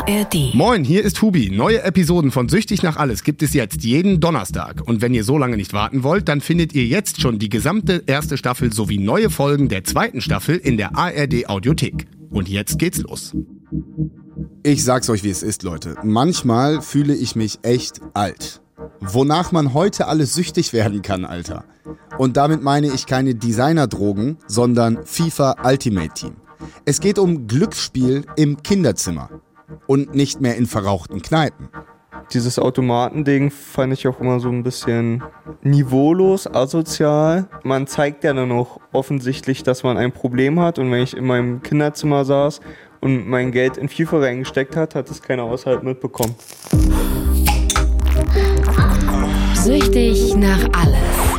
ARD. Moin, hier ist Hubi. Neue Episoden von Süchtig nach Alles gibt es jetzt jeden Donnerstag. Und wenn ihr so lange nicht warten wollt, dann findet ihr jetzt schon die gesamte erste Staffel sowie neue Folgen der zweiten Staffel in der ARD Audiothek. Und jetzt geht's los. Ich sag's euch, wie es ist, Leute. Manchmal fühle ich mich echt alt. Wonach man heute alles süchtig werden kann, Alter. Und damit meine ich keine Designerdrogen, sondern FIFA Ultimate Team. Es geht um Glücksspiel im Kinderzimmer und nicht mehr in verrauchten Kneipen. Dieses Automatending fand ich auch immer so ein bisschen niveaulos, asozial. Man zeigt ja dann auch offensichtlich, dass man ein Problem hat. Und wenn ich in meinem Kinderzimmer saß und mein Geld in FIFA reingesteckt hat es keiner außerhalb mitbekommen. Süchtig nach Alles.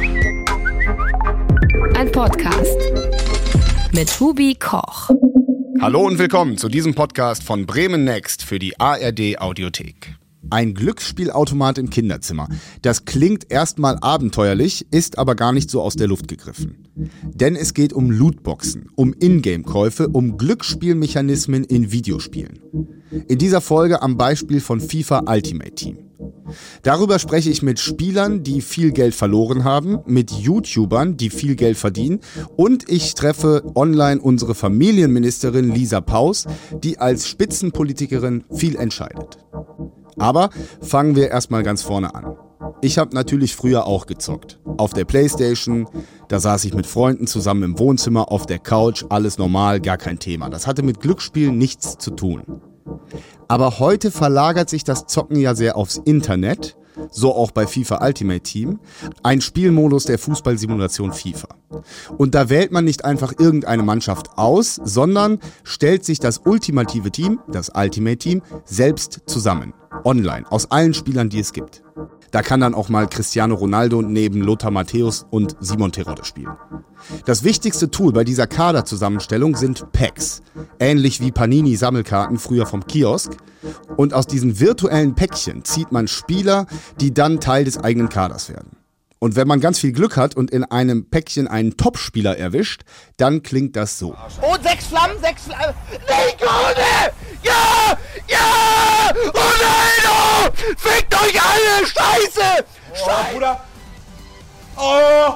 Ein Podcast mit Hubi Koch. Hallo und willkommen zu diesem Podcast von Bremen Next für die ARD Audiothek. Ein Glücksspielautomat im Kinderzimmer. Das klingt erstmal abenteuerlich, ist aber gar nicht so aus der Luft gegriffen. Denn es geht um Lootboxen, um Ingame-Käufe, um Glücksspielmechanismen in Videospielen. In dieser Folge am Beispiel von FIFA Ultimate Team. Darüber spreche ich mit Spielern, die viel Geld verloren haben, mit YouTubern, die viel Geld verdienen, und ich treffe online unsere Familienministerin Lisa Paus, die als Spitzenpolitikerin viel entscheidet. Aber fangen wir erstmal ganz vorne an. Ich habe natürlich früher auch gezockt. Auf der Playstation, da saß ich mit Freunden zusammen im Wohnzimmer, auf der Couch, alles normal, gar kein Thema. Das hatte mit Glücksspielen nichts zu tun. Aber heute verlagert sich das Zocken ja sehr aufs Internet, so auch bei FIFA Ultimate Team, ein Spielmodus der Fußballsimulation FIFA. Und da wählt man nicht einfach irgendeine Mannschaft aus, sondern stellt sich das ultimative Team, das Ultimate Team, selbst zusammen, online, aus allen Spielern, die es gibt. Da kann dann auch mal Cristiano Ronaldo neben Lothar Matthäus und Simon Terodde spielen. Das wichtigste Tool bei dieser Kaderzusammenstellung sind Packs, ähnlich wie Panini-Sammelkarten früher vom Kiosk. Und aus diesen virtuellen Päckchen zieht man Spieler, die dann Teil des eigenen Kaders werden. Und wenn man ganz viel Glück hat und in einem Päckchen einen Topspieler erwischt, dann klingt das so. Und 6 Flammen! Nikone! Ja! Ja! Ronaldo! Fickt euch alle! Scheiße! Scheiße! Bruder! Oh!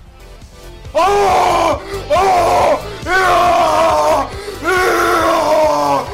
Oh! Oh! Ja! Ja!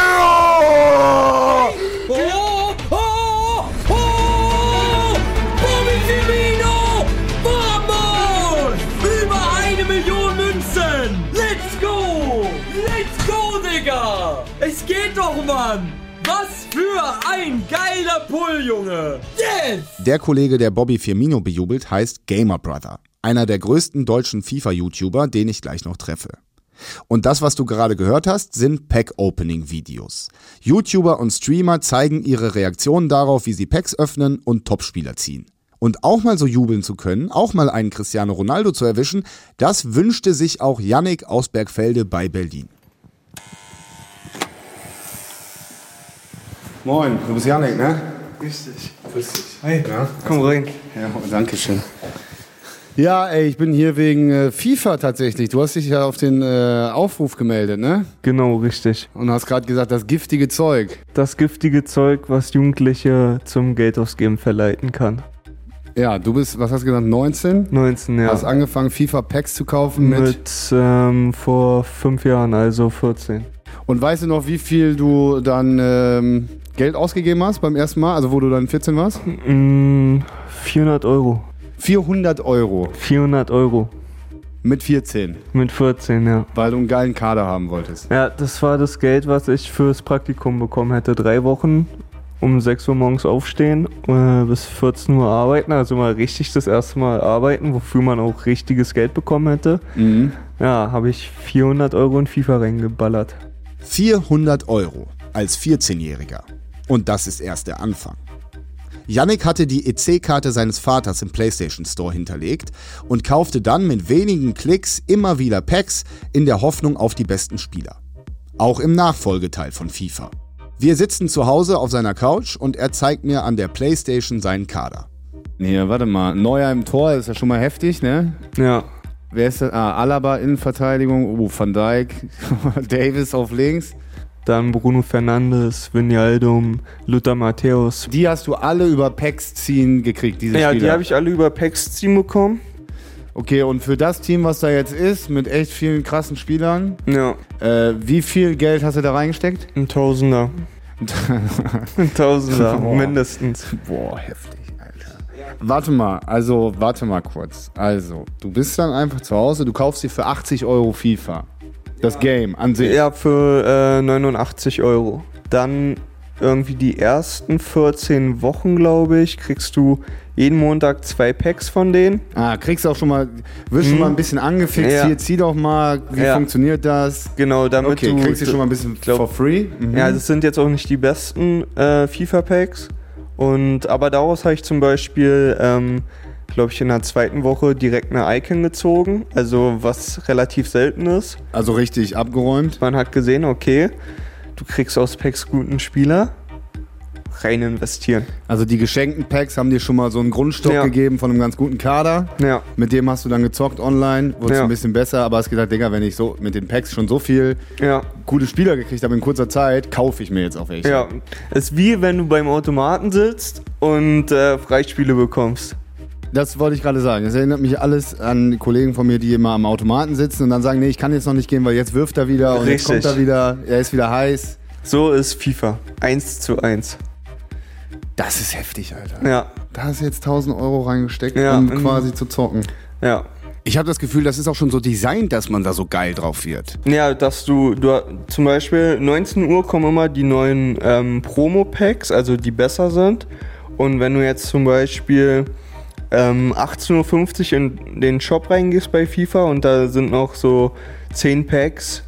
Ja! Oh! Oh! Oh! Bobby Firmino! Vamos! Über 1 Million Münzen! Let's go! Let's go, Digga! Es geht doch, Mann! Was für ein geiler Pull, Junge! Yes! Der Kollege, der Bobby Firmino bejubelt, heißt Gamer Brother. Einer der größten deutschen FIFA-YouTuber, den ich gleich noch treffe. Und das, was du gerade gehört hast, sind Pack-Opening-Videos. YouTuber und Streamer zeigen ihre Reaktionen darauf, wie sie Packs öffnen und Topspieler ziehen. Und auch mal so jubeln zu können, auch mal einen Cristiano Ronaldo zu erwischen, das wünschte sich auch Yannick aus Bergfelde bei Berlin. Moin, du bist Yannick, ne? Richtig. Grüß dich. Hey, Ja? komm rein. Ja, danke schön. Ja, ey, ich bin hier wegen FIFA tatsächlich. Du hast dich ja auf den Aufruf gemeldet, ne? Genau, richtig. Und hast gerade gesagt, das giftige Zeug. Das giftige Zeug, was Jugendliche zum Geldausgeben verleiten kann. Ja, du bist, was hast du gesagt, 19? 19, ja. Hast angefangen, FIFA-Packs zu kaufen mit vor 5 Jahren, also 14. Und weißt du noch, wie viel du dann Geld ausgegeben hast beim ersten Mal? Also wo du dann 14 warst? 400 Euro. 400 Euro. 400 Euro. Mit 14. Mit 14, ja. Weil du einen geilen Kader haben wolltest. Ja, das war das Geld, was ich fürs Praktikum bekommen hätte. 3 Wochen, um 6 Uhr morgens aufstehen, bis 14 Uhr arbeiten. Also mal richtig das erste Mal arbeiten, wofür man auch richtiges Geld bekommen hätte. Mhm. Ja, habe ich 400 Euro in FIFA reingeballert. 400 Euro als 14-Jähriger. Und das ist erst der Anfang. Yannick hatte die EC-Karte seines Vaters im PlayStation Store hinterlegt und kaufte dann mit wenigen Klicks immer wieder Packs in der Hoffnung auf die besten Spieler. Auch im Nachfolgeteil von FIFA. Wir sitzen zu Hause auf seiner Couch und er zeigt mir an der PlayStation seinen Kader. Nee, warte mal. Neuer im Tor, ist ja schon mal heftig, ne? Ja. Wer ist das? Alaba Innenverteidigung, Van Dijk, Davis auf links. dann Bruno Fernandes, Wijnaldum, Lothar Matthäus. Die hast du alle über PAX ziehen gekriegt, diese Ja, Spieler? die habe ich alle über PAX ziehen bekommen. Okay, und für das Team, was da jetzt ist, mit echt vielen krassen Spielern, Ja, wie viel Geld hast du da reingesteckt? ein Tausender. Ein Tausender, Boah. mindestens. Boah, heftig, Alter. Warte mal kurz. Also, du bist dann einfach zu Hause, du kaufst dir für 80 Euro FIFA. Das Game an sich. Ja, für 89 Euro. Dann irgendwie die ersten 14 Wochen, glaube ich, kriegst du jeden Montag 2 Packs von denen. Kriegst auch schon mal, wirst schon mal ein bisschen angefixt. Ja. Hier, zieh doch mal, wie funktioniert das? Genau, damit Okay, du... kriegst du schon mal ein bisschen for free. Mhm. Ja, das sind jetzt auch nicht die besten FIFA-Packs. Aber daraus habe ich zum Beispiel, glaube ich, in der zweiten Woche direkt eine Icon gezogen. Also was relativ selten ist. Also richtig abgeräumt. Man hat gesehen, okay, du kriegst aus Packs guten Spieler. Rein investieren. Also die geschenkten Packs haben dir schon mal so einen Grundstock gegeben von einem ganz guten Kader. Ja. Mit dem hast du dann gezockt online, wurde ein bisschen besser, aber hast gedacht, Digga, wenn ich so mit den Packs schon so viel gute Spieler gekriegt habe in kurzer Zeit, kaufe ich mir jetzt auch welche. Ja, ist wie wenn du beim Automaten sitzt und Freispiele bekommst. Das wollte ich gerade sagen. Das erinnert mich alles an Kollegen von mir, die immer am Automaten sitzen und dann sagen, nee, ich kann jetzt noch nicht gehen, weil jetzt wirft er wieder und jetzt kommt er wieder, er ist wieder heiß. So ist FIFA. 1:1. Das ist heftig, Alter. Ja. Da hast du jetzt 1000 Euro reingesteckt, um quasi zu zocken. Ja. Ich habe das Gefühl, das ist auch schon so designt, dass man da so geil drauf wird. Ja, dass du zum Beispiel 19 Uhr kommen immer die neuen Promo-Packs, also die besser sind. Und wenn du jetzt zum Beispiel 18:50 Uhr in den Shop reingehst bei FIFA und da sind noch so 10 Packs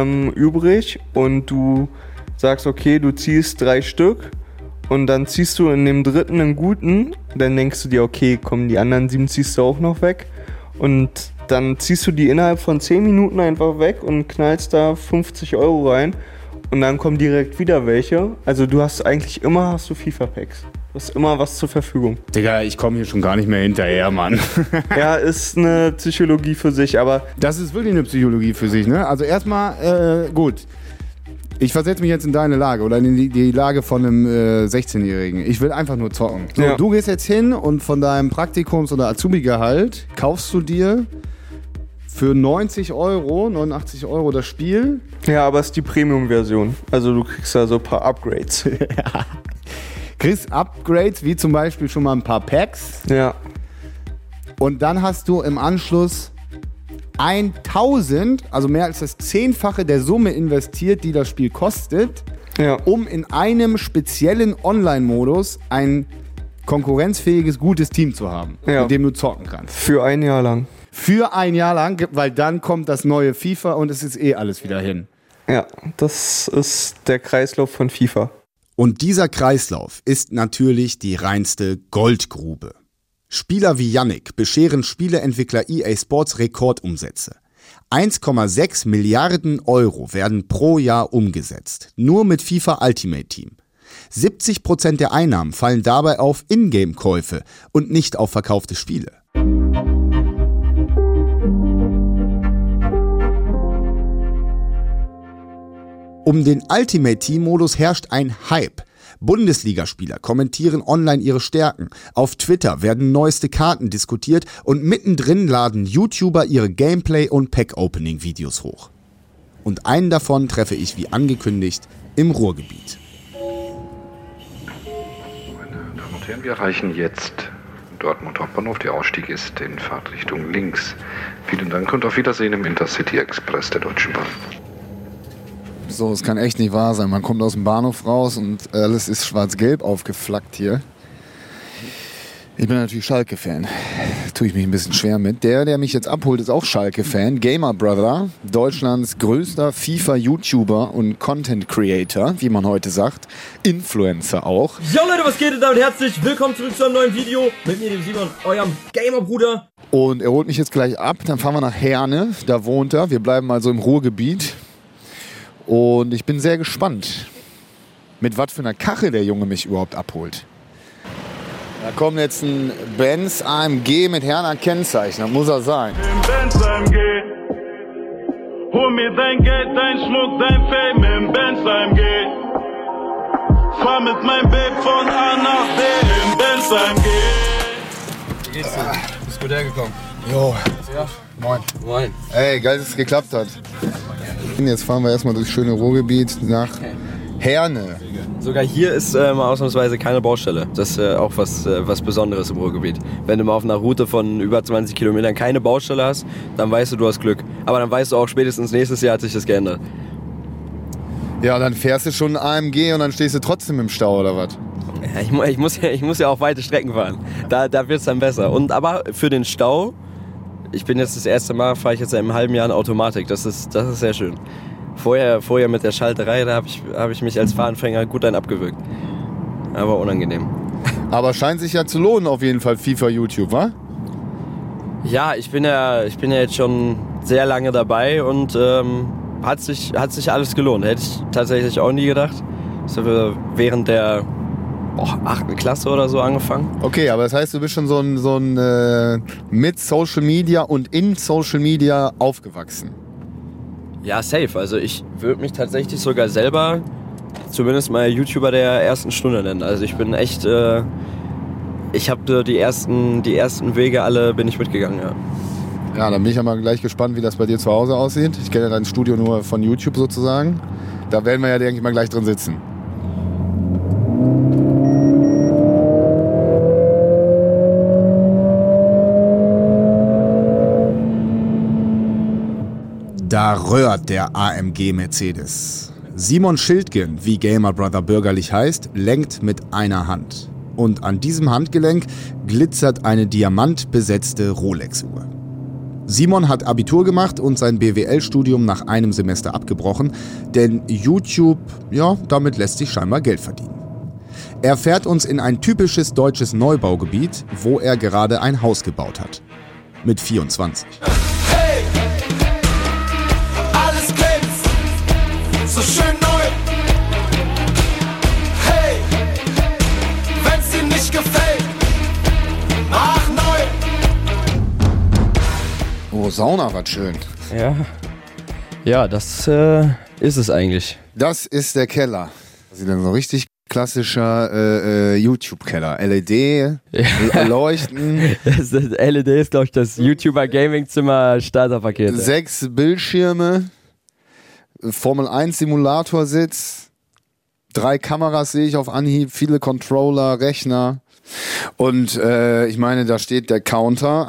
übrig und du sagst, okay, du ziehst 3 Stück und dann ziehst du in dem dritten einen guten, dann denkst du dir, okay, kommen die anderen 7 ziehst du auch noch weg und dann ziehst du die innerhalb von 10 Minuten einfach weg und knallst da 50 Euro rein und dann kommen direkt wieder welche. Also du hast eigentlich immer FIFA-Packs. Du hast immer was zur Verfügung. Digga, ich komme hier schon gar nicht mehr hinterher, Mann. Ja, ist eine Psychologie für sich, aber... Das ist wirklich eine Psychologie für sich, ne? Also erstmal, gut. Ich versetze mich jetzt in deine Lage oder in die Lage von einem 16-Jährigen. Ich will einfach nur zocken. So, Ja. Du gehst jetzt hin und von deinem Praktikums- oder Azubi-Gehalt kaufst du dir für 89 Euro das Spiel. Ja, aber es ist die Premium-Version. Also du kriegst da so ein paar Upgrades. Kriegst Upgrades, wie zum Beispiel schon mal ein paar Packs. Ja. Und dann hast du im Anschluss 1000, also mehr als das 10-fache der Summe investiert, die das Spiel kostet, um in einem speziellen Online-Modus ein konkurrenzfähiges, gutes Team zu haben, mit dem du zocken kannst. Für ein Jahr lang. Für ein Jahr lang, weil dann kommt das neue FIFA und es ist alles wieder hin. Ja, das ist der Kreislauf von FIFA. Und dieser Kreislauf ist natürlich die reinste Goldgrube. Spieler wie Yannick bescheren Spieleentwickler EA Sports Rekordumsätze. 1,6 Milliarden Euro werden pro Jahr umgesetzt, nur mit FIFA Ultimate Team. 70% der Einnahmen fallen dabei auf Ingame-Käufe und nicht auf verkaufte Spiele. Um den Ultimate Team-Modus herrscht ein Hype. Bundesligaspieler kommentieren online ihre Stärken. Auf Twitter werden neueste Karten diskutiert und mittendrin laden YouTuber ihre Gameplay- und Pack-Opening-Videos hoch. Und einen davon treffe ich wie angekündigt im Ruhrgebiet. Meine Damen und Herren, wir erreichen jetzt Dortmund Hauptbahnhof. Der Ausstieg ist in Fahrtrichtung links. Vielen Dank und auf Wiedersehen im Intercity Express der Deutschen Bahn. So, es kann echt nicht wahr sein. Man kommt aus dem Bahnhof raus und alles ist schwarz-gelb aufgeflackt hier. Ich bin natürlich Schalke-Fan. Tue ich mich ein bisschen schwer mit. Der mich jetzt abholt, ist auch Schalke-Fan. Gamer Brother, Deutschlands größter FIFA-YouTuber und Content-Creator, wie man heute sagt. Influencer auch. Jo Leute, was geht denn damit? Herzlich willkommen zurück zu einem neuen Video. Mit mir, dem Simon, eurem Gamer-Bruder. Und er holt mich jetzt gleich ab. Dann fahren wir nach Herne. Da wohnt er. Wir bleiben also im Ruhrgebiet. Und ich bin sehr gespannt, mit was für einer Karre der Junge mich überhaupt abholt. Da kommt jetzt ein Benz AMG mit Herner Kennzeichen, das muss er sein. Benz AMG, hol mir dein Geld, dein Schmuck, dein Fame im Benz AMG. fahr mit meinem Babe von A nach B in Bensheim Wie geht's dir? Bist gut hergekommen? Jo. Ja? Moin. Moin. Ey, geil, dass es geklappt hat. Jetzt fahren wir erstmal durchs schöne Ruhrgebiet nach Herne. Sogar hier ist mal ausnahmsweise keine Baustelle. Das ist auch was Besonderes im Ruhrgebiet. Wenn du mal auf einer Route von über 20 Kilometern keine Baustelle hast, dann weißt du hast Glück. Aber dann weißt du auch, spätestens nächstes Jahr hat sich das geändert. Ja, dann fährst du schon AMG und dann stehst du trotzdem im Stau, oder was? Ja, ich muss ja auch weite Strecken fahren. Da wird es dann besser. Aber für den Stau, ich bin jetzt das erste Mal, fahre ich jetzt seit einem halben Jahr in Automatik. Das ist sehr schön. Vorher mit der Schalterei, da hab ich mich als Fahranfänger gut abgewürgt. Aber unangenehm. Aber scheint sich ja zu lohnen auf jeden Fall FIFA YouTube, wa? Ja, ich bin ja jetzt schon sehr lange dabei und hat sich alles gelohnt. Hätte ich tatsächlich auch nie gedacht. Das haben wir während der 8. Klasse oder so angefangen. Okay, aber das heißt, du bist schon so ein mit Social Media und in Social Media aufgewachsen. Ja, safe. Also ich würde mich tatsächlich sogar selber zumindest mal YouTuber der ersten Stunde nennen. Also ich bin echt, ich habe die ersten Wege alle bin ich mitgegangen, ja. Ja, dann bin ich ja mal gleich gespannt, wie das bei dir zu Hause aussieht. Ich kenne ja dein Studio nur von YouTube sozusagen. Da werden wir ja, denke ich, mal gleich drin sitzen. Da röhrt der AMG Mercedes. Simon Schildgen, wie Gamer Brother bürgerlich heißt, lenkt mit einer Hand. Und an diesem Handgelenk glitzert eine diamantbesetzte Rolex-Uhr. Simon hat Abitur gemacht und sein BWL-Studium nach einem Semester abgebrochen, denn YouTube, ja, damit lässt sich scheinbar Geld verdienen. Er fährt uns in ein typisches deutsches Neubaugebiet, wo er gerade ein Haus gebaut hat. Mit 24. Hey, alles glänzt, so schön neu. Hey, wenn's dir nicht gefällt, mach neu. Oh, Sauna, was schön. Ja, das ist es eigentlich. Das ist der Keller. Das ist dann so richtig klassischer YouTube-Keller. LED, Leuchten. LED ist, glaube ich, das YouTuber-Gaming-Zimmer Starterpaket. 6 Bildschirme, Formel 1 Simulatorsitz, 3 Kameras sehe ich auf Anhieb, viele Controller, Rechner. Und ich meine, da steht der Counter,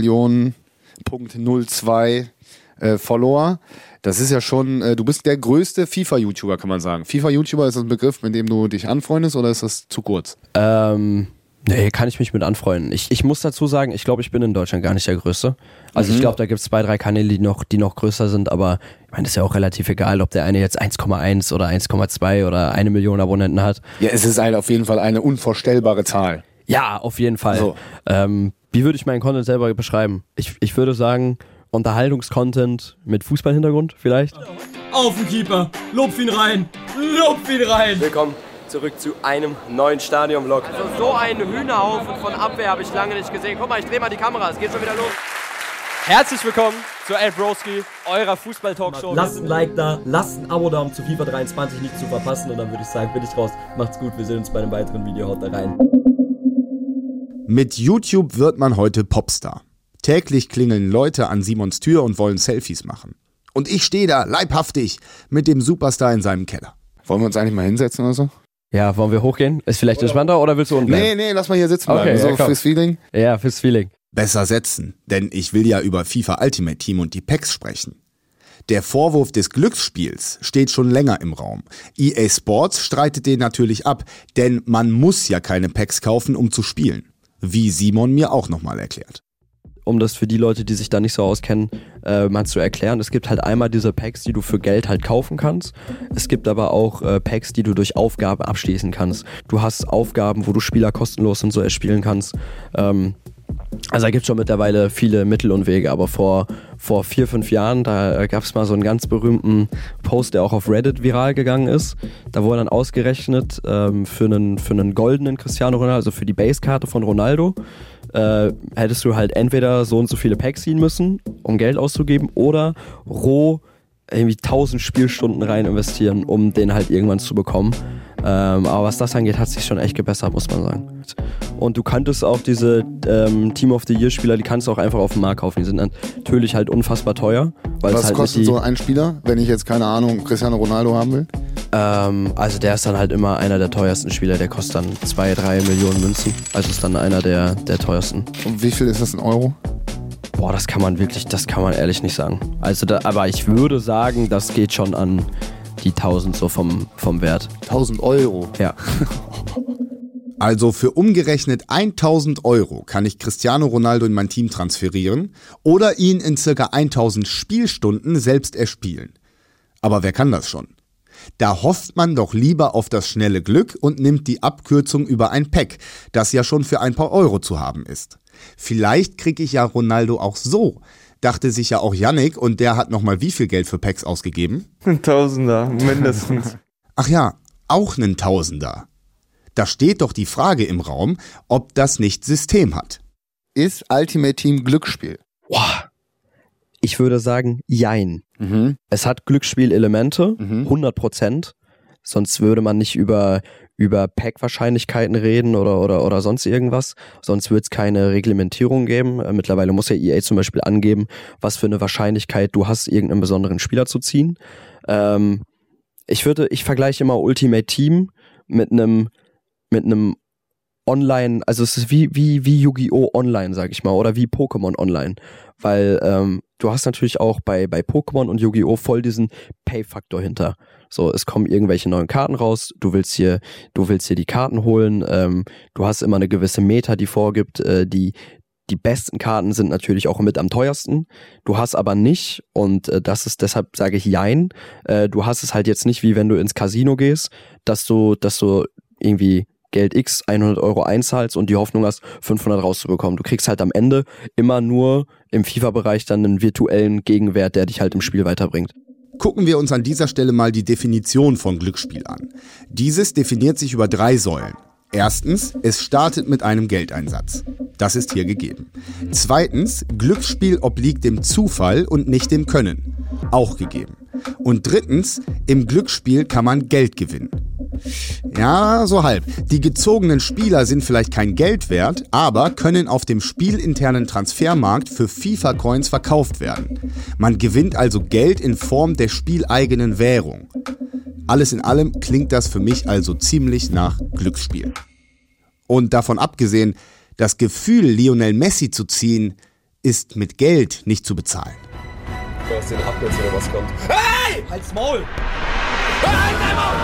1.000.02 Follower. Das ist ja schon, du bist der größte FIFA-YouTuber, kann man sagen. FIFA-YouTuber, ist das ein Begriff, mit dem du dich anfreundest, oder ist das zu kurz? Nee, kann ich mich mit anfreunden. Ich muss dazu sagen, ich glaube, ich bin in Deutschland gar nicht der Größte. Also ich glaube, da gibt es 2, 3 Kanäle, die noch größer sind, aber ich meine, das ist ja auch relativ egal, ob der eine jetzt 1,1 oder 1,2 oder 1 Million Abonnenten hat. Ja, es ist auf jeden Fall eine unvorstellbare Zahl. Ja, auf jeden Fall. So. Wie würde ich meinen Content selber beschreiben? Ich würde sagen, Unterhaltungskontent mit Fußballhintergrund vielleicht. Auf den Keeper, lupf ihn rein, lupf ihn rein. Willkommen zurück zu einem neuen Stadion-Vlog. Also so einen Hühnerhaufen von Abwehr habe ich lange nicht gesehen. Guck mal, ich drehe mal die Kamera, es geht schon wieder los. Herzlich willkommen zu El Broski, eurer Fußball-Talkshow. Lasst ein Like da, lasst ein Abo da, um zu FIFA 23 nicht zu verpassen. Und dann würde ich sagen, bin ich raus. Macht's gut, wir sehen uns bei einem weiteren Video. Haut da rein. Mit YouTube wird man heute Popstar. Täglich klingeln Leute an Simons Tür und wollen Selfies machen. Und ich stehe da, leibhaftig, mit dem Superstar in seinem Keller. Wollen wir uns eigentlich mal hinsetzen oder so? Ja, wollen wir hochgehen? Ist vielleicht entspannter oder willst du unten bleiben? Nee, lass mal hier sitzen bleiben. Okay, so ja, fürs Feeling? Ja, fürs Feeling. Besser setzen, denn ich will ja über FIFA Ultimate Team und die Packs sprechen. Der Vorwurf des Glücksspiels steht schon länger im Raum. EA Sports streitet den natürlich ab, denn man muss ja keine Packs kaufen, um zu spielen. Wie Simon mir auch nochmal erklärt. Um das für die Leute, die sich da nicht so auskennen, mal zu erklären. Es gibt halt einmal diese Packs, die du für Geld halt kaufen kannst. Es gibt aber auch Packs, die du durch Aufgaben abschließen kannst. Du hast Aufgaben, wo du Spieler kostenlos und so erspielen kannst. Also da gibt es schon mittlerweile viele Mittel und Wege, aber vor 4, 5 Jahren, da gab es mal so einen ganz berühmten Post, der auch auf Reddit viral gegangen ist. Da wurde dann ausgerechnet für einen goldenen Cristiano Ronaldo, also für die Basekarte von Ronaldo, hättest du halt entweder so und so viele Packs ziehen müssen, um Geld auszugeben, oder roh irgendwie 1000 Spielstunden rein investieren, um den halt irgendwann zu bekommen. Aber was das angeht, hat sich schon echt gebessert, muss man sagen. Und du kanntest auch diese Team of the Year Spieler, die kannst du auch einfach auf dem Markt kaufen. Die sind natürlich halt unfassbar teuer. Was halt kostet so ein Spieler, wenn ich jetzt, keine Ahnung, Cristiano Ronaldo haben will? Also der ist dann halt immer einer der teuersten Spieler. Der kostet dann 2-3 Millionen Münzen. Also ist dann einer der teuersten. Und wie viel ist das in Euro? Boah, das kann man ehrlich nicht sagen. Also aber ich würde sagen, das geht schon an die 1000 so vom Wert. 1000 Euro? Ja. Also für umgerechnet 1000 Euro kann ich Cristiano Ronaldo in mein Team transferieren oder ihn in ca. 1000 Spielstunden selbst erspielen. Aber wer kann das schon? Da hofft man doch lieber auf das schnelle Glück und nimmt die Abkürzung über ein Pack, das ja schon für ein paar Euro zu haben ist. Vielleicht kriege ich ja Ronaldo auch so, dachte sich ja auch Yannick, und der hat nochmal wie viel Geld für Packs ausgegeben? Ein Tausender, mindestens. Ach ja, auch einen Tausender. Da steht doch die Frage im Raum, ob das nicht System hat. Ist Ultimate Team Glücksspiel? Boah. Ich würde sagen, jein. Es hat Glücksspielelemente, 100%. Sonst würde man nicht über Pack-Wahrscheinlichkeiten reden oder sonst irgendwas. Sonst wird es keine Reglementierung geben. Mittlerweile muss ja EA zum Beispiel angeben, was für eine Wahrscheinlichkeit du hast, irgendeinen besonderen Spieler zu ziehen. Ich vergleiche immer Ultimate Team mit einem Online, also es ist wie Yu-Gi-Oh! Online, sag ich mal, oder wie Pokémon Online, weil du hast natürlich auch bei Pokémon und Yu-Gi-Oh! Voll diesen Pay-Faktor hinter. So, es kommen irgendwelche neuen Karten raus, du willst hier die Karten holen, du hast immer eine gewisse Meta, die vorgibt, die besten Karten sind natürlich auch mit am teuersten. Du hast aber nicht, und das ist, deshalb sage ich jein, du hast es halt jetzt nicht, wie wenn du ins Casino gehst, dass du irgendwie Geld X, 100 Euro einzahlst und die Hoffnung hast, 500 rauszubekommen. Du kriegst halt am Ende immer nur im FIFA-Bereich dann einen virtuellen Gegenwert, der dich halt im Spiel weiterbringt. Gucken wir uns an dieser Stelle mal die Definition von Glücksspiel an. Dieses definiert sich über 3 Säulen. Erstens, es startet mit einem Geldeinsatz. Das ist hier gegeben. Zweitens, Glücksspiel obliegt dem Zufall und nicht dem Können. Auch gegeben. Und drittens, im Glücksspiel kann man Geld gewinnen. Ja, so halb. Die gezogenen Spieler sind vielleicht kein Geld wert, aber können auf dem spielinternen Transfermarkt für FIFA-Coins verkauft werden. Man gewinnt also Geld in Form der spieleigenen Währung. Alles in allem klingt das für mich also ziemlich nach Glücksspiel. Und davon abgesehen, das Gefühl, Lionel Messi zu ziehen, ist mit Geld nicht zu bezahlen. Du hast den ab jetzt, oder was kommt. Hey! Halt's Maul! Halt dein Maul!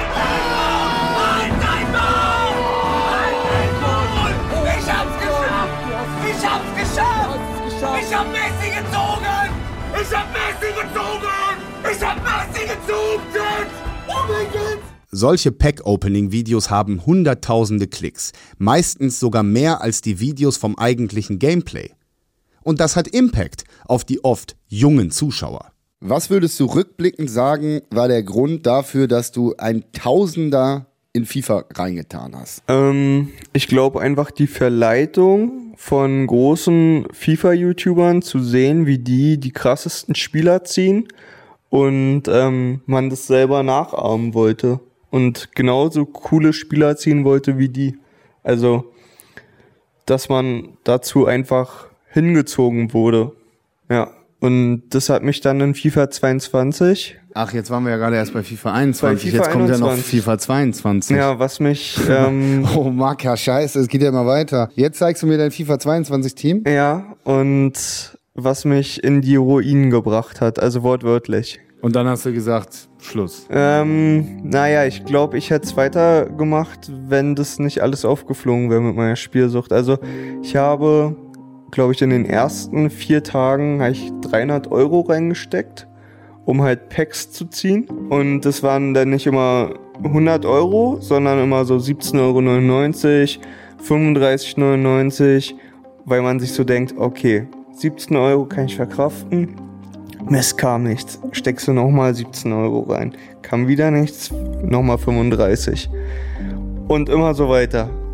Halt dein Maul! Halt dein Maul! Ich hab's geschafft! Ich hab's geschafft! Ich hab Messi gezogen! Ich hab Messi gezogen! Ich hab Messi gezogen! Oh mein Gott! Solche Pack-Opening-Videos haben hunderttausende Klicks, meistens sogar mehr als die Videos vom eigentlichen Gameplay. Und das hat Impact auf die oft jungen Zuschauer. Was würdest du rückblickend sagen, war der Grund dafür, dass du ein Tausender in FIFA reingetan hast? Ich glaube einfach die Verleitung von großen FIFA-YouTubern zu sehen, wie die krassesten Spieler ziehen und man das selber nachahmen wollte und genauso coole Spieler ziehen wollte wie die. Also, dass man dazu einfach hingezogen wurde. Ja. Und das hat mich dann in FIFA 22... Ach, jetzt waren wir ja gerade erst bei FIFA 21. FIFA jetzt kommt 21. ja noch FIFA 22. Ja, was mich... oh, Marker, scheiße, es geht ja immer weiter. Jetzt zeigst du mir dein FIFA 22 Team? Ja, und was mich in die Ruinen gebracht hat, also wortwörtlich. Und dann hast du gesagt, Schluss. Naja, ich glaube, ich hätte es weitergemacht, wenn das nicht alles aufgeflogen wäre mit meiner Spielsucht. Also ich habe, glaube ich, in den ersten 4 Tagen habe ich 300 Euro reingesteckt, um halt Packs zu ziehen. Und das waren dann nicht immer 100 Euro, sondern immer so 17,99 Euro, 35,99 Euro, weil man sich so denkt, okay, 17 Euro kann ich verkraften. Mist, kam nichts. Steckst du nochmal 17 Euro rein. Kam wieder nichts, nochmal 35. Und immer so weiter.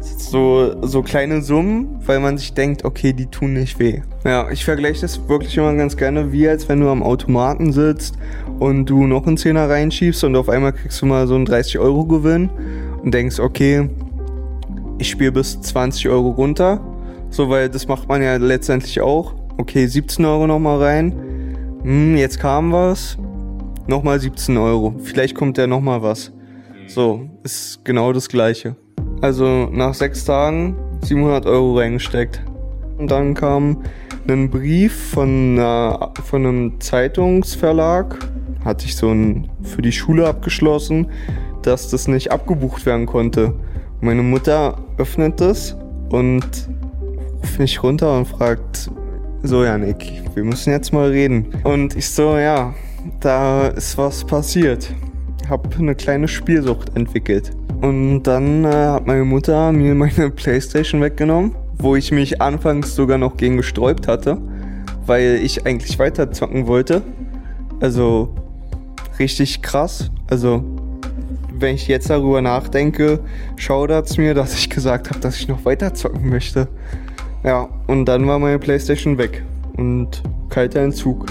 So kleine Summen, weil man sich denkt, okay, die tun nicht weh. Ja, ich vergleiche das wirklich immer ganz gerne, wie als wenn du am Automaten sitzt und du noch einen Zehner reinschiebst und auf einmal kriegst du mal so einen 30-Euro-Gewinn und denkst, okay, ich spiele bis 20 Euro runter. So, weil das macht man ja letztendlich auch. Okay, 17 Euro nochmal rein. Jetzt kam was. Nochmal 17 Euro. Vielleicht kommt ja nochmal was. So, ist genau das Gleiche. Also nach 6 Tagen 700 Euro reingesteckt. Und dann kam ein Brief von einem Zeitungsverlag. Hatte ich für die Schule abgeschlossen, dass das nicht abgebucht werden konnte. Meine Mutter öffnet das und ruft mich runter und fragt, so Janik, wir müssen jetzt mal reden. Und ich so, ja, da ist was passiert. Hab eine kleine Spielsucht entwickelt. Und dann hat meine Mutter mir meine Playstation weggenommen, wo ich mich anfangs sogar noch gegen gesträubt hatte, weil ich eigentlich weiter zocken wollte. Also richtig krass. Also wenn ich jetzt darüber nachdenke, schaudert's mir, dass ich gesagt habe, dass ich noch weiter zocken möchte. Ja, und dann war meine Playstation weg und kalter Entzug.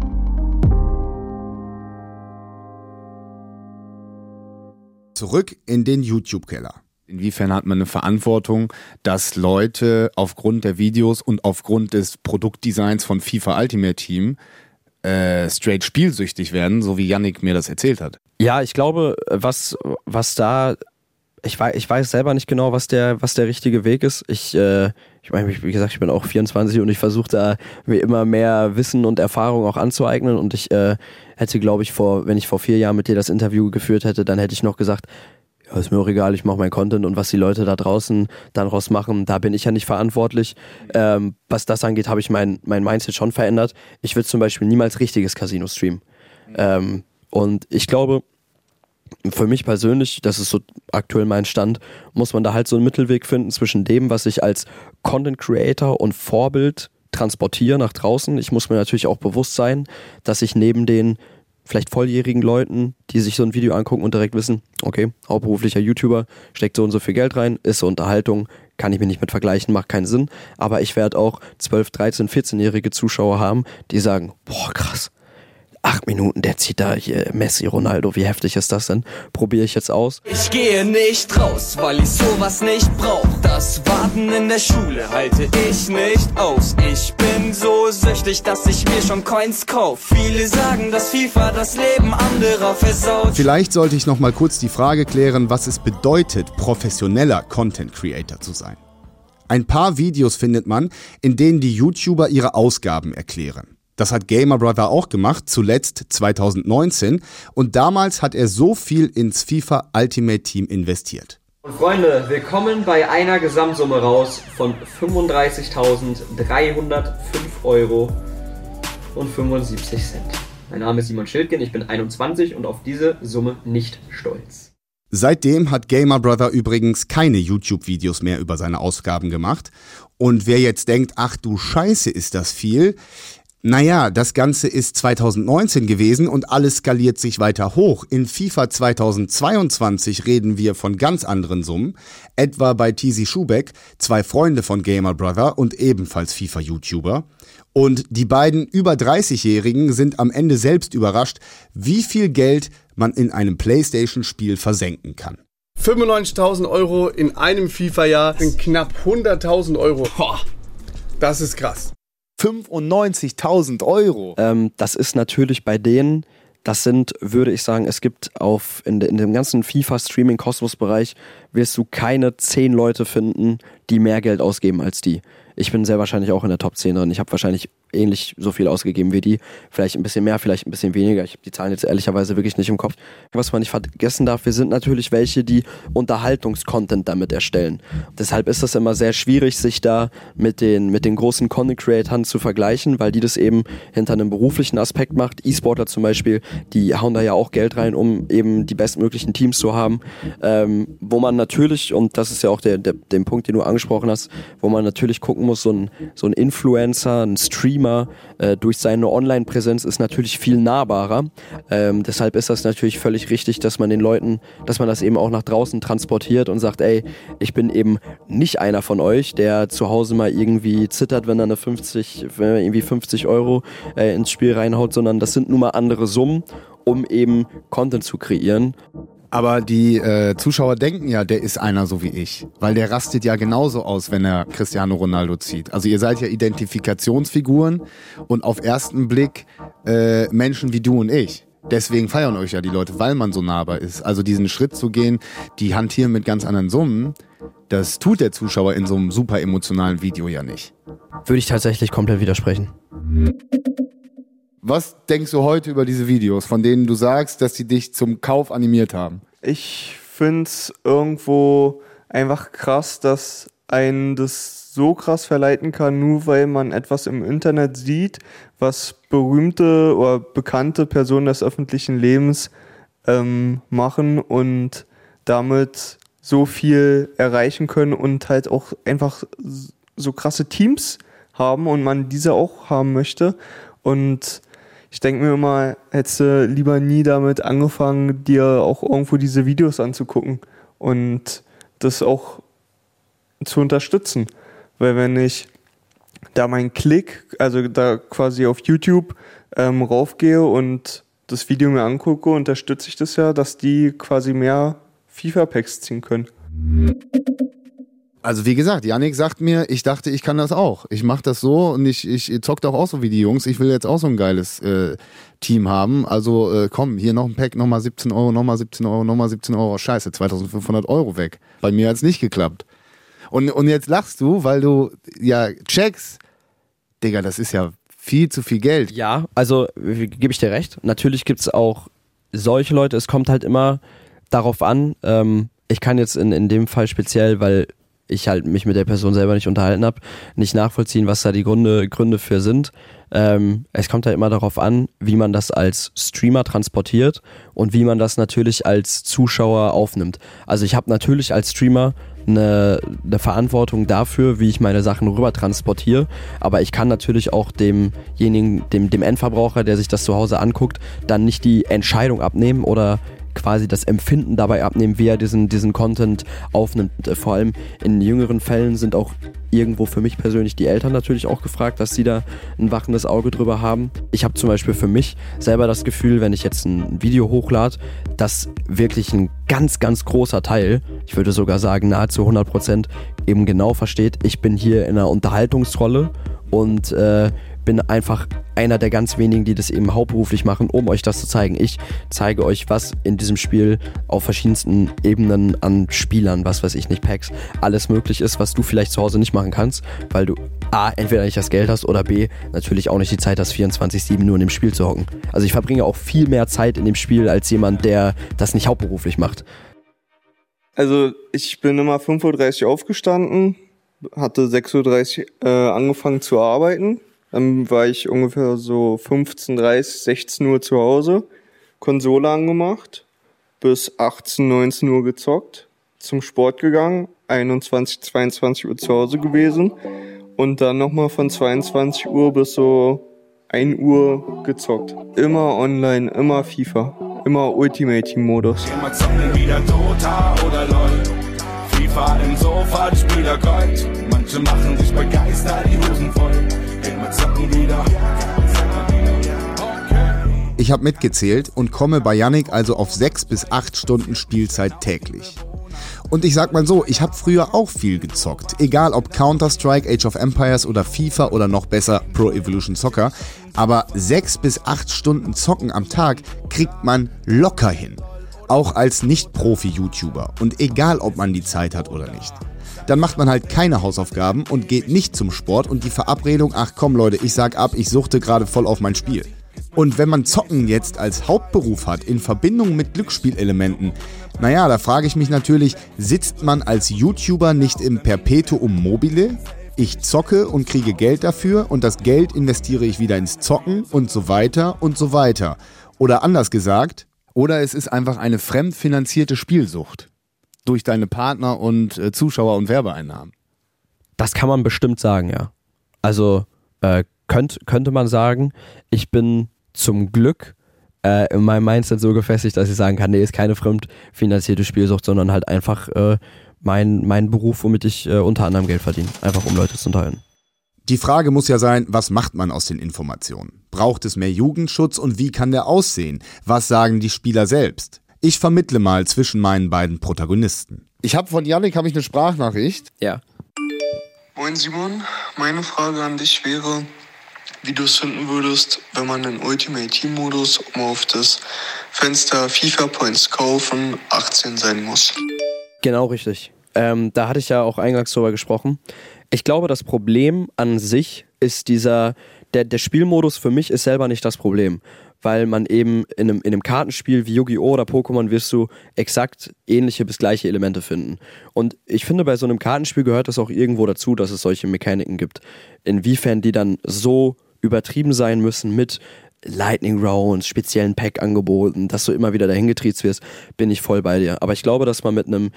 Zurück in den YouTube-Keller. Inwiefern hat man eine Verantwortung, dass Leute aufgrund der Videos und aufgrund des Produktdesigns von FIFA Ultimate Team straight spielsüchtig werden, so wie Yannick mir das erzählt hat? Ja, ich glaube, was da, ich weiß selber nicht genau, was der richtige Weg ist. Ich meine, wie gesagt, ich bin auch 24 und ich versuche da mir immer mehr Wissen und Erfahrung auch anzueignen und ich hätte, glaube ich, wenn ich vor 4 Jahren mit dir das Interview geführt hätte, dann hätte ich noch gesagt, ja, ist mir auch egal, ich mache meinen Content und was die Leute da draußen dann raus machen, da bin ich ja nicht verantwortlich. Was das angeht, habe ich mein Mindset schon verändert. Ich will zum Beispiel niemals richtiges Casino streamen. Und ich glaube, für mich persönlich, das ist so aktuell mein Stand, muss man da halt so einen Mittelweg finden zwischen dem, was ich als Content Creator und Vorbild transportiere nach draußen. Ich muss mir natürlich auch bewusst sein, dass ich neben den vielleicht volljährigen Leuten, die sich so ein Video angucken und direkt wissen, okay, hauptberuflicher YouTuber, steckt so und so viel Geld rein, ist so Unterhaltung, kann ich mich nicht mit vergleichen, macht keinen Sinn. Aber ich werde auch 12, 13, 14-jährige Zuschauer haben, die sagen, boah, krass, 8 Minuten, der zieht da hier Messi, Ronaldo, wie heftig ist das denn? Probiere ich jetzt aus. Ich gehe nicht raus, weil ich sowas nicht brauch. Das Warten in der Schule halte ich nicht aus. Ich bin so süchtig, dass ich mir schon Coins kauf. Viele sagen, dass FIFA das Leben anderer versaut. Vielleicht sollte ich noch mal kurz die Frage klären, was es bedeutet, professioneller Content Creator zu sein. Ein paar Videos findet man, in denen die YouTuber ihre Ausgaben erklären. Das hat Gamer Brother auch gemacht, zuletzt 2019. Und damals hat er so viel ins FIFA Ultimate Team investiert. Und Freunde, willkommen bei einer Gesamtsumme raus von 35.305 Euro und 75 Cent. Mein Name ist Simon Schildgen, ich bin 21 und auf diese Summe nicht stolz. Seitdem hat Gamer Brother übrigens keine YouTube-Videos mehr über seine Ausgaben gemacht. Und wer jetzt denkt, ach du Scheiße, ist das viel? Naja, das Ganze ist 2019 gewesen und alles skaliert sich weiter hoch. In FIFA 2022 reden wir von ganz anderen Summen. Etwa bei Tizi Schubeck, 2 Freunde von Gamer Brother und ebenfalls FIFA-YouTuber. Und die beiden über 30-Jährigen sind am Ende selbst überrascht, wie viel Geld man in einem PlayStation-Spiel versenken kann. 95.000 Euro in einem FIFA-Jahr sind knapp 100.000 Euro. Boah, das ist krass. 95.000 Euro. Das ist natürlich bei denen, das sind, würde ich sagen, es gibt in dem ganzen FIFA-Streaming-Kosmos-Bereich wirst du keine 10 Leute finden, die mehr Geld ausgeben als die. Ich bin sehr wahrscheinlich auch in der Top 10 drin. Ich habe wahrscheinlich ähnlich so viel ausgegeben wie die. Vielleicht ein bisschen mehr, vielleicht ein bisschen weniger. Ich habe die Zahlen jetzt ehrlicherweise wirklich nicht im Kopf. Was man nicht vergessen darf, wir sind natürlich welche, die Unterhaltungscontent damit erstellen. Deshalb ist es immer sehr schwierig, sich da mit den großen Content-Creatern zu vergleichen, weil die das eben hinter einem beruflichen Aspekt macht. E-Sportler zum Beispiel, die hauen da ja auch Geld rein, um eben die bestmöglichen Teams zu haben. Wo man natürlich, und das ist ja auch den Punkt, den du angesprochen hast, wo man natürlich gucken muss, so ein Influencer, ein Streamer, Streamer durch seine Online-Präsenz ist natürlich viel nahbarer. Deshalb ist das natürlich völlig richtig, dass man den Leuten, dass man das eben auch nach draußen transportiert und sagt, ey, ich bin eben nicht einer von euch, der zu Hause mal irgendwie zittert, wenn er irgendwie 50 Euro ins Spiel reinhaut, sondern das sind nun mal andere Summen, um eben Content zu kreieren. Aber die Zuschauer denken ja, der ist einer so wie ich. Weil der rastet ja genauso aus, wenn er Cristiano Ronaldo zieht. Also ihr seid ja Identifikationsfiguren und auf ersten Blick Menschen wie du und ich. Deswegen feiern euch ja die Leute, weil man so nahbar ist. Also diesen Schritt zu gehen, die hantieren mit ganz anderen Summen, das tut der Zuschauer in so einem super emotionalen Video ja nicht. Würde ich tatsächlich komplett widersprechen. Was denkst du heute über diese Videos, von denen du sagst, dass sie dich zum Kauf animiert haben? Ich finde es irgendwo einfach krass, dass einen das so krass verleiten kann, nur weil man etwas im Internet sieht, was berühmte oder bekannte Personen des öffentlichen Lebens machen und damit so viel erreichen können und halt auch einfach so krasse Teams haben und man diese auch haben möchte. Und ich denke mir immer, hättest du lieber nie damit angefangen, dir auch irgendwo diese Videos anzugucken und das auch zu unterstützen. Weil wenn ich da meinen Klick, also da quasi auf YouTube raufgehe und das Video mir angucke, unterstütze ich das ja, dass die quasi mehr FIFA-Packs ziehen können. Also wie gesagt, Yannick sagt mir, ich dachte, ich kann das auch. Ich mache das so und ich zock doch auch so wie die Jungs. Ich will jetzt auch so ein geiles Team haben. Also komm, hier noch ein Pack, nochmal 17 Euro, nochmal 17 Euro, nochmal 17 Euro. Scheiße, 2.500 Euro weg. Bei mir hat's nicht geklappt. Und jetzt lachst du, weil du ja checkst, Digga, das ist ja viel zu viel Geld. Ja, also gebe ich dir recht. Natürlich gibt's auch solche Leute. Es kommt halt immer darauf an. Ich kann jetzt in dem Fall speziell, weil ich halt mich mit der Person selber nicht unterhalten habe, nicht nachvollziehen, was da die Gründe für sind. Es kommt halt immer darauf an, wie man das als Streamer transportiert und wie man das natürlich als Zuschauer aufnimmt. Also ich habe natürlich als Streamer eine Verantwortung dafür, wie ich meine Sachen rüber transportiere, aber ich kann natürlich auch demjenigen, dem Endverbraucher, der sich das zu Hause anguckt, dann nicht die Entscheidung abnehmen oder quasi das Empfinden dabei abnehmen, wie er diesen Content aufnimmt. Vor allem in jüngeren Fällen sind auch irgendwo für mich persönlich die Eltern natürlich auch gefragt, dass sie da ein wachendes Auge drüber haben. Ich habe zum Beispiel für mich selber das Gefühl, wenn ich jetzt ein Video hochlade, dass wirklich ein ganz, ganz großer Teil, ich würde sogar sagen nahezu 100%, eben genau versteht, ich bin hier in einer Unterhaltungsrolle und bin einfach einer der ganz wenigen, die das eben hauptberuflich machen, um euch das zu zeigen. Ich zeige euch, was in diesem Spiel auf verschiedensten Ebenen an Spielern, was weiß ich nicht, Packs, alles möglich ist, was du vielleicht zu Hause nicht machen kannst, weil du A, entweder nicht das Geld hast oder B, natürlich auch nicht die Zeit hast, 24/7 nur in dem Spiel zu hocken. Also ich verbringe auch viel mehr Zeit in dem Spiel als jemand, der das nicht hauptberuflich macht. Also ich bin immer 5.30 Uhr aufgestanden, hatte 6.30 Uhr angefangen zu arbeiten. Dann war ich ungefähr so 15:30, 16 Uhr zu Hause, Konsole angemacht, bis 18, 19 Uhr gezockt, zum Sport gegangen, 21, 22 Uhr zu Hause gewesen und dann nochmal von 22 Uhr bis so 1 Uhr gezockt. Immer online, immer FIFA, immer Ultimate Team Modus. Immer zocken wieder Dota oder LOL. FIFA im Sofa, die Spieler Gold. Manche machen sich begeistert die Hosen voll. Immer zocken wieder. Ich habe mitgezählt und komme bei Yannick also auf 6 bis 8 Stunden Spielzeit täglich. Und ich sag mal so, ich habe früher auch viel gezockt. Egal ob Counter-Strike, Age of Empires oder FIFA oder noch besser Pro Evolution Soccer. Aber 6 bis 8 Stunden Zocken am Tag kriegt man locker hin. Auch als Nicht-Profi-YouTuber. Und egal ob man die Zeit hat oder nicht. Dann macht man halt keine Hausaufgaben und geht nicht zum Sport und die Verabredung, ach komm Leute, ich sag ab, ich suchte gerade voll auf mein Spiel. Und wenn man Zocken jetzt als Hauptberuf hat, in Verbindung mit Glücksspielelementen, naja, da frage ich mich natürlich, sitzt man als YouTuber nicht im Perpetuum mobile? Ich zocke und kriege Geld dafür und das Geld investiere ich wieder ins Zocken und so weiter und so weiter. Oder anders gesagt, oder es ist einfach eine fremdfinanzierte Spielsucht. Durch deine Partner und Zuschauer und Werbeeinnahmen. Das kann man bestimmt sagen, ja. Also könnte man sagen, ich bin zum Glück in meinem Mindset so gefestigt, dass ich sagen kann, nee, ist keine fremdfinanzierte Spielsucht, sondern halt einfach mein Beruf, womit ich unter anderem Geld verdiene. Einfach um Leute zu unterhalten. Die Frage muss ja sein, was macht man aus den Informationen? Braucht es mehr Jugendschutz und wie kann der aussehen? Was sagen die Spieler selbst? Ich vermittle mal zwischen meinen beiden Protagonisten. Ich habe von Yannick eine Sprachnachricht. Ja. Moin Simon, meine Frage an dich wäre, wie du es finden würdest, wenn man den Ultimate Team Modus, um auf das Fenster FIFA Points kaufen, 18 sein muss. Genau richtig. Da hatte ich ja auch eingangs drüber gesprochen. Ich glaube, das Problem an sich ist der Spielmodus für mich ist selber nicht das Problem, weil man eben in einem Kartenspiel wie Yu-Gi-Oh! Oder Pokémon wirst du exakt ähnliche bis gleiche Elemente finden. Und ich finde, bei so einem Kartenspiel gehört es auch irgendwo dazu, dass es solche Mechaniken gibt. Inwiefern die dann so übertrieben sein müssen mit Lightning Rounds, speziellen Pack-Angeboten, dass du immer wieder dahin getriezt wirst, bin ich voll bei dir. Aber ich glaube, dass man mit einer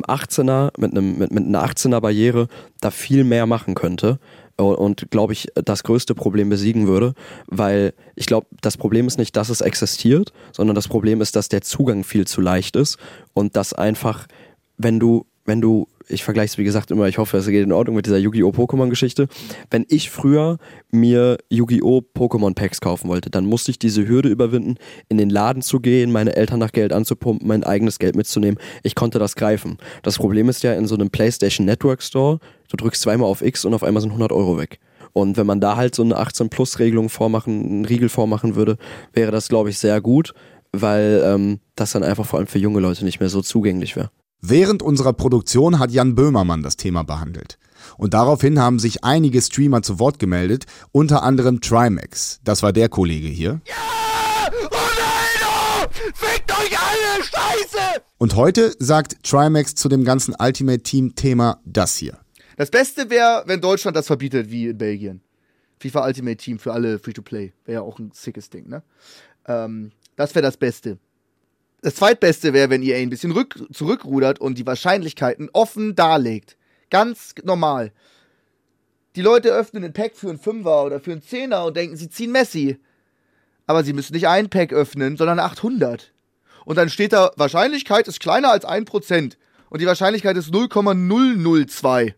18er Barriere da viel mehr machen könnte und glaube ich, das größte Problem besiegen würde, weil ich glaube, das Problem ist nicht, dass es existiert, sondern das Problem ist, dass der Zugang viel zu leicht ist und dass einfach, wenn du, ich vergleiche es wie gesagt immer, ich hoffe, es geht in Ordnung mit dieser Yu-Gi-Oh! Pokémon-Geschichte. Wenn ich früher mir Yu-Gi-Oh! Pokémon-Packs kaufen wollte, dann musste ich diese Hürde überwinden, in den Laden zu gehen, meine Eltern nach Geld anzupumpen, mein eigenes Geld mitzunehmen. Ich konnte das greifen. Das Problem ist ja in so einem PlayStation Network Store, du drückst zweimal auf X und auf einmal sind 100 Euro weg. Und wenn man da halt so eine 18-Plus-Regelung einen Riegel vormachen würde, wäre das, glaube ich, sehr gut, weil das dann einfach vor allem für junge Leute nicht mehr so zugänglich wäre. Während unserer Produktion hat Jan Böhmermann das Thema behandelt. Und daraufhin haben sich einige Streamer zu Wort gemeldet, unter anderem Trimax. Das war der Kollege hier. Ja! Ronaldo! Fickt euch alle! Scheiße! Und heute sagt Trimax zu dem ganzen Ultimate Team-Thema das hier. Das Beste wäre, wenn Deutschland das verbietet, wie in Belgien. FIFA Ultimate Team für alle Free-to-Play. Wäre ja auch ein sickes Ding, ne? Das wäre das Beste. Das Zweitbeste wäre, wenn EA ein bisschen zurückrudert und die Wahrscheinlichkeiten offen darlegt. Ganz normal. Die Leute öffnen ein Pack für einen Fünfer oder für einen Zehner und denken, sie ziehen Messi. Aber sie müssen nicht ein Pack öffnen, sondern 800. Und dann steht da, Wahrscheinlichkeit ist kleiner als 1%. Und die Wahrscheinlichkeit ist 0,002.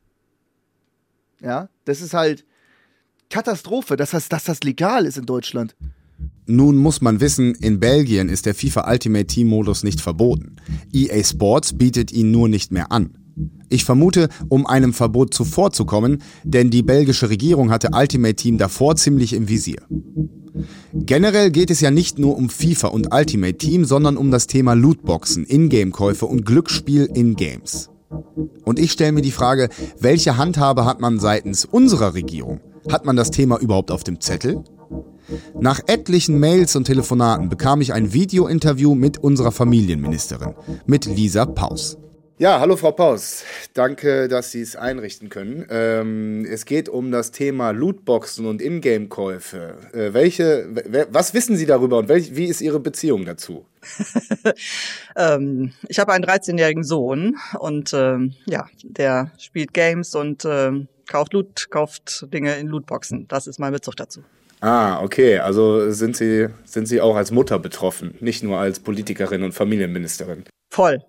Ja, das ist halt Katastrophe, dass das legal ist in Deutschland. Nun muss man wissen, in Belgien ist der FIFA Ultimate Team Modus nicht verboten. EA Sports bietet ihn nur nicht mehr an. Ich vermute, um einem Verbot zuvorzukommen, denn die belgische Regierung hatte Ultimate Team davor ziemlich im Visier. Generell geht es ja nicht nur um FIFA und Ultimate Team, sondern um das Thema Lootboxen, Ingame-Käufe und Glücksspiel in Games. Und ich stelle mir die Frage, welche Handhabe hat man seitens unserer Regierung? Hat man das Thema überhaupt auf dem Zettel? Nach etlichen Mails und Telefonaten bekam ich ein Video-Interview mit unserer Familienministerin, mit Lisa Paus. Ja, hallo Frau Paus. Danke, dass Sie es einrichten können. Es geht um das Thema Lootboxen und Ingame-Käufe. Was wissen Sie darüber und wie ist Ihre Beziehung dazu? Ich habe einen 13-jährigen Sohn und der spielt Games und kauft Dinge in Lootboxen. Das ist mein Bezug dazu. Ah, okay. Also sind Sie auch als Mutter betroffen, nicht nur als Politikerin und Familienministerin. Voll.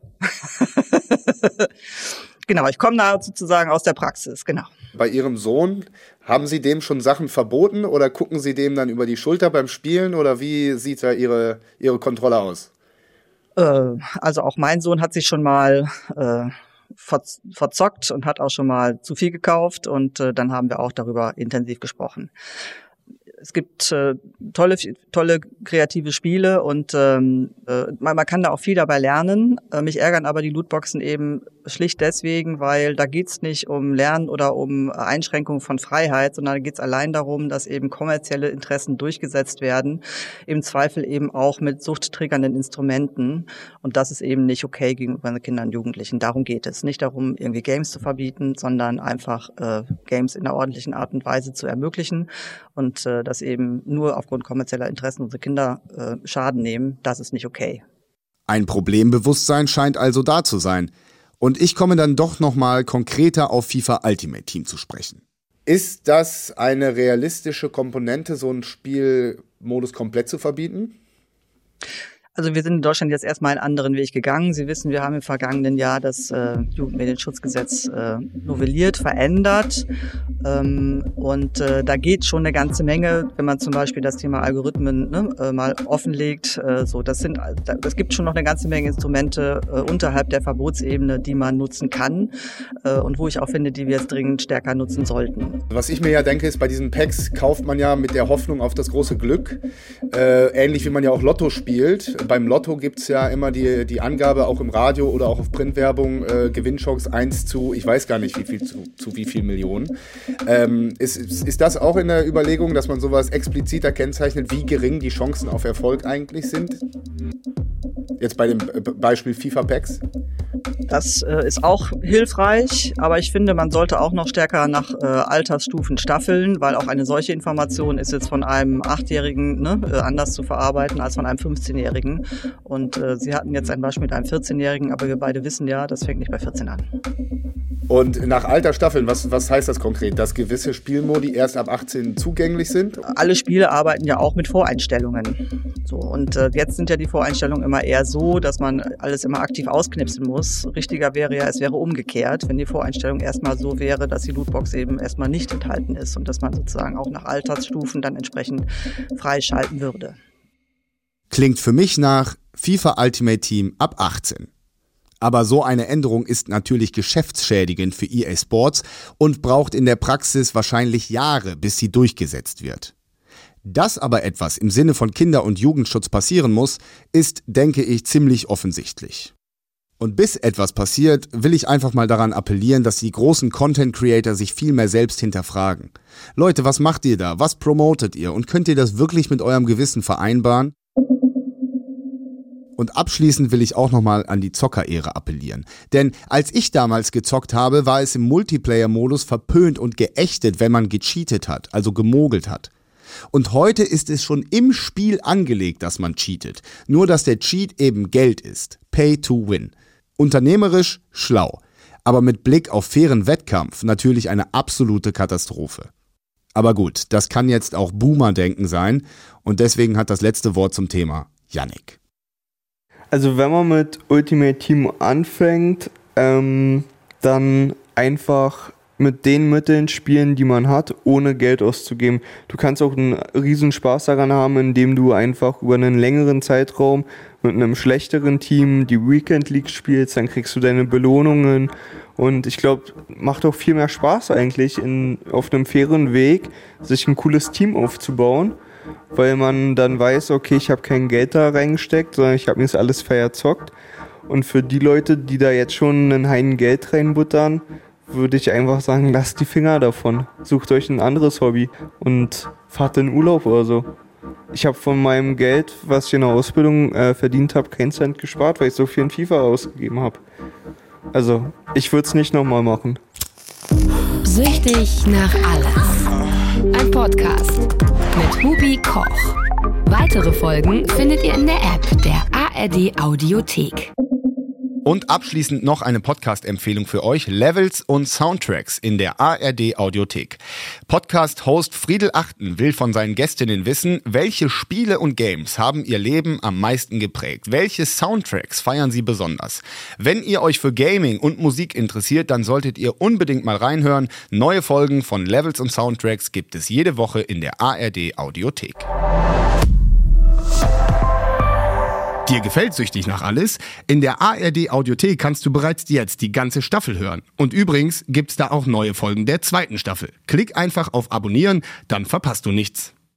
Genau, ich komme da sozusagen aus der Praxis, genau. Bei Ihrem Sohn, haben Sie dem schon Sachen verboten oder gucken Sie dem dann über die Schulter beim Spielen oder wie sieht da Ihre Kontrolle aus? Also auch mein Sohn hat sich schon mal verzockt und hat auch schon mal zu viel gekauft und dann haben wir auch darüber intensiv gesprochen. Es gibt tolle kreative Spiele und man kann da auch viel dabei lernen. Mich ärgern aber die Lootboxen eben schlicht deswegen, weil da geht's nicht um Lernen oder um Einschränkung von Freiheit, sondern da geht's allein darum, dass eben kommerzielle Interessen durchgesetzt werden, im Zweifel eben auch mit suchttriggernden Instrumenten und das ist eben nicht okay gegenüber Kindern und Jugendlichen. Darum geht es. Nicht darum, irgendwie Games zu verbieten, sondern einfach Games in einer ordentlichen Art und Weise zu ermöglichen und dass eben nur aufgrund kommerzieller Interessen unsere Kinder Schaden nehmen, das ist nicht okay. Ein Problembewusstsein scheint also da zu sein. Und ich komme dann doch nochmal konkreter auf FIFA Ultimate Team zu sprechen. Ist das eine realistische Komponente, so einen Spielmodus komplett zu verbieten? Also wir sind in Deutschland jetzt erstmal einen anderen Weg gegangen. Sie wissen, wir haben im vergangenen Jahr das Jugendmedienschutzgesetz novelliert, verändert. Da geht schon eine ganze Menge, wenn man zum Beispiel das Thema Algorithmen mal offenlegt. Das gibt schon noch eine ganze Menge Instrumente unterhalb der Verbotsebene, die man nutzen kann und wo ich auch finde, die wir jetzt dringend stärker nutzen sollten. Was ich mir ja denke, ist, bei diesen Packs kauft man ja mit der Hoffnung auf das große Glück. Ähnlich wie man ja auch Lotto spielt. Beim Lotto gibt es ja immer die Angabe, auch im Radio oder auch auf Printwerbung, Gewinnchance 1 zu, ich weiß gar nicht, wie viel Millionen. Ist das auch in der Überlegung, dass man sowas expliziter kennzeichnet, wie gering die Chancen auf Erfolg eigentlich sind? Jetzt bei dem Beispiel FIFA-Packs? Das ist auch hilfreich, aber ich finde, man sollte auch noch stärker nach Altersstufen staffeln, weil auch eine solche Information ist jetzt von einem 8-Jährigen anders zu verarbeiten als von einem 15-Jährigen. Und Sie hatten jetzt ein Beispiel mit einem 14-Jährigen, aber wir beide wissen ja, das fängt nicht bei 14 an. Und nach Alter staffeln, was heißt das konkret? Dass gewisse Spielmodi erst ab 18 zugänglich sind? Alle Spiele arbeiten ja auch mit Voreinstellungen. So, und jetzt sind ja die Voreinstellungen immer eher so, dass man alles immer aktiv ausknipsen muss. Richtiger wäre ja, es wäre umgekehrt, wenn die Voreinstellung erstmal so wäre, dass die Lootbox eben erstmal nicht enthalten ist und dass man sozusagen auch nach Altersstufen dann entsprechend freischalten würde. Klingt für mich nach FIFA Ultimate Team ab 18. Aber so eine Änderung ist natürlich geschäftsschädigend für EA Sports und braucht in der Praxis wahrscheinlich Jahre, bis sie durchgesetzt wird. Dass aber etwas im Sinne von Kinder- und Jugendschutz passieren muss, ist, denke ich, ziemlich offensichtlich. Und bis etwas passiert, will ich einfach mal daran appellieren, dass die großen Content-Creator sich viel mehr selbst hinterfragen. Leute, was macht ihr da? Was promotet ihr? Und könnt ihr das wirklich mit eurem Gewissen vereinbaren? Und abschließend will ich auch nochmal an die Zocker-Ära appellieren. Denn als ich damals gezockt habe, war es im Multiplayer-Modus verpönt und geächtet, wenn man gecheatet hat, also gemogelt hat. Und heute ist es schon im Spiel angelegt, dass man cheatet. Nur, dass der Cheat eben Geld ist. Pay to win. Unternehmerisch schlau. Aber mit Blick auf fairen Wettkampf natürlich eine absolute Katastrophe. Aber gut, das kann jetzt auch Boomer-Denken sein. Und deswegen hat das letzte Wort zum Thema Yannick. Also wenn man mit Ultimate Team anfängt, dann einfach mit den Mitteln spielen, die man hat, ohne Geld auszugeben. Du kannst auch einen riesen Spaß daran haben, indem du einfach über einen längeren Zeitraum mit einem schlechteren Team die Weekend League spielst, dann kriegst du deine Belohnungen und ich glaube, macht auch viel mehr Spaß eigentlich, auf einem fairen Weg sich ein cooles Team aufzubauen, weil man dann weiß, okay, ich habe kein Geld da reingesteckt, sondern ich habe mir das alles verzockt. Und für die Leute, die da jetzt schon einen Heiden Geld reinbuttern, würde ich einfach sagen, lasst die Finger davon. Sucht euch ein anderes Hobby und fahrt in Urlaub oder so. Ich habe von meinem Geld, was ich in der Ausbildung verdient habe, keinen Cent gespart, weil ich so viel in FIFA ausgegeben habe. Also, ich würde es nicht nochmal machen. Süchtig nach alles. Ein Podcast mit Hubi Koch. Weitere Folgen findet ihr in der App der ARD Audiothek. Und abschließend noch eine Podcast-Empfehlung für euch: Levels und Soundtracks in der ARD Audiothek. Podcast-Host Friedel Achten will von seinen Gästinnen wissen, welche Spiele und Games haben ihr Leben am meisten geprägt? Welche Soundtracks feiern sie besonders? Wenn ihr euch für Gaming und Musik interessiert, dann solltet ihr unbedingt mal reinhören. Neue Folgen von Levels und Soundtracks gibt es jede Woche in der ARD Audiothek. Dir gefällt Süchtig nach alles? In der ARD Audiothek kannst du bereits jetzt die ganze Staffel hören. Und übrigens gibt's da auch neue Folgen der 2. Staffel. Klick einfach auf Abonnieren, dann verpasst du nichts.